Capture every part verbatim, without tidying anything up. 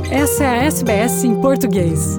Essa é a S B S em português.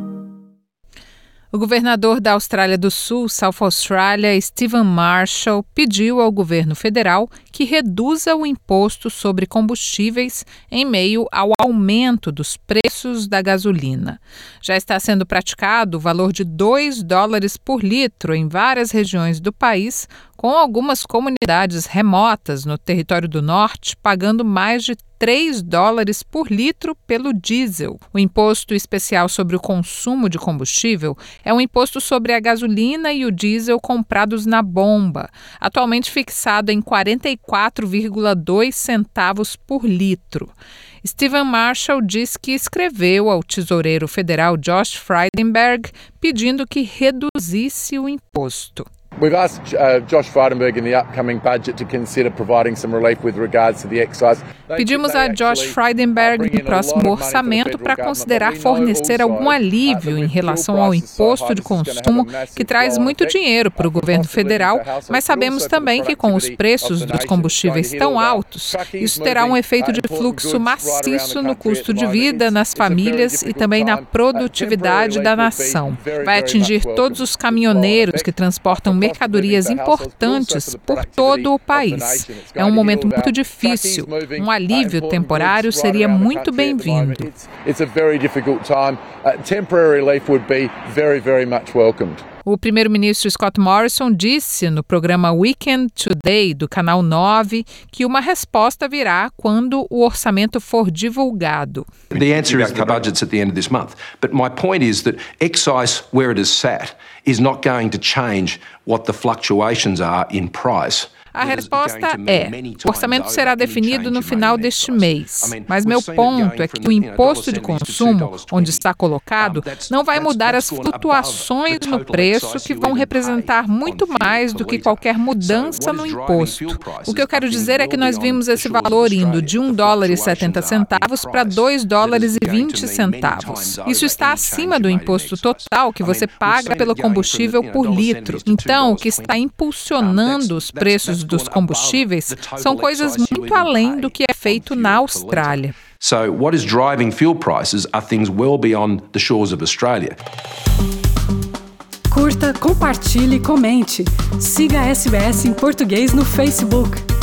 O governador da Austrália do Sul, South Australia, Stephen Marshall, pediu ao governo federal que reduza o imposto sobre combustíveis em meio ao aumento dos preços da gasolina. Já está sendo praticado o valor de dois dólares por litro em várias regiões do país, com algumas comunidades remotas no território do norte pagando mais de três dólares por litro pelo diesel. O imposto especial sobre o consumo de combustível é um imposto sobre a gasolina e o diesel comprados na bomba, atualmente fixado em quarenta e quatro vírgula dois centavos por litro. Stephen Marshall diz que escreveu ao tesoureiro federal Josh Frydenberg pedindo que reduzisse o imposto. We've asked uh, Josh Frydenberg in the upcoming budget to consider providing some relief with regards to the excise. Pedimos a Josh Frydenberg no próximo orçamento para considerar fornecer algum alívio em relação ao imposto de consumo, que traz muito dinheiro para o governo federal, mas sabemos também que com os preços dos combustíveis tão altos, isso terá um efeito de fluxo maciço no custo de vida, nas famílias e também na produtividade da nação. Vai atingir todos os caminhoneiros que transportam mercadorias importantes por todo o país. É um momento muito difícil. Um alívio temporário seria muito bem-vindo. O primeiro-ministro Scott Morrison disse no programa Weekend Today do Canal nove que uma resposta virá quando o orçamento for divulgado. The answer is the budget's at the end of this month. But my point is that excise, where it is sat, is not going to change what the fluctuations are in price. A resposta é: o orçamento será definido no final deste mês. Mas meu ponto é que o imposto de consumo, onde está colocado, não vai mudar as flutuações no preço que vão representar muito mais do que qualquer mudança no imposto. O que eu quero dizer é que nós vimos esse valor indo de um dólar e setenta centavos para dois dólares e vinte centavos. Isso está acima do imposto total que você paga pelo combustível por litro. Então, o que está impulsionando os preços dos combustíveis são coisas muito além do que é feito na Austrália. So what is driving fuel prices are things well beyond the shores of Australia. Curta, compartilhe, comente. Siga a S B S em português no Facebook.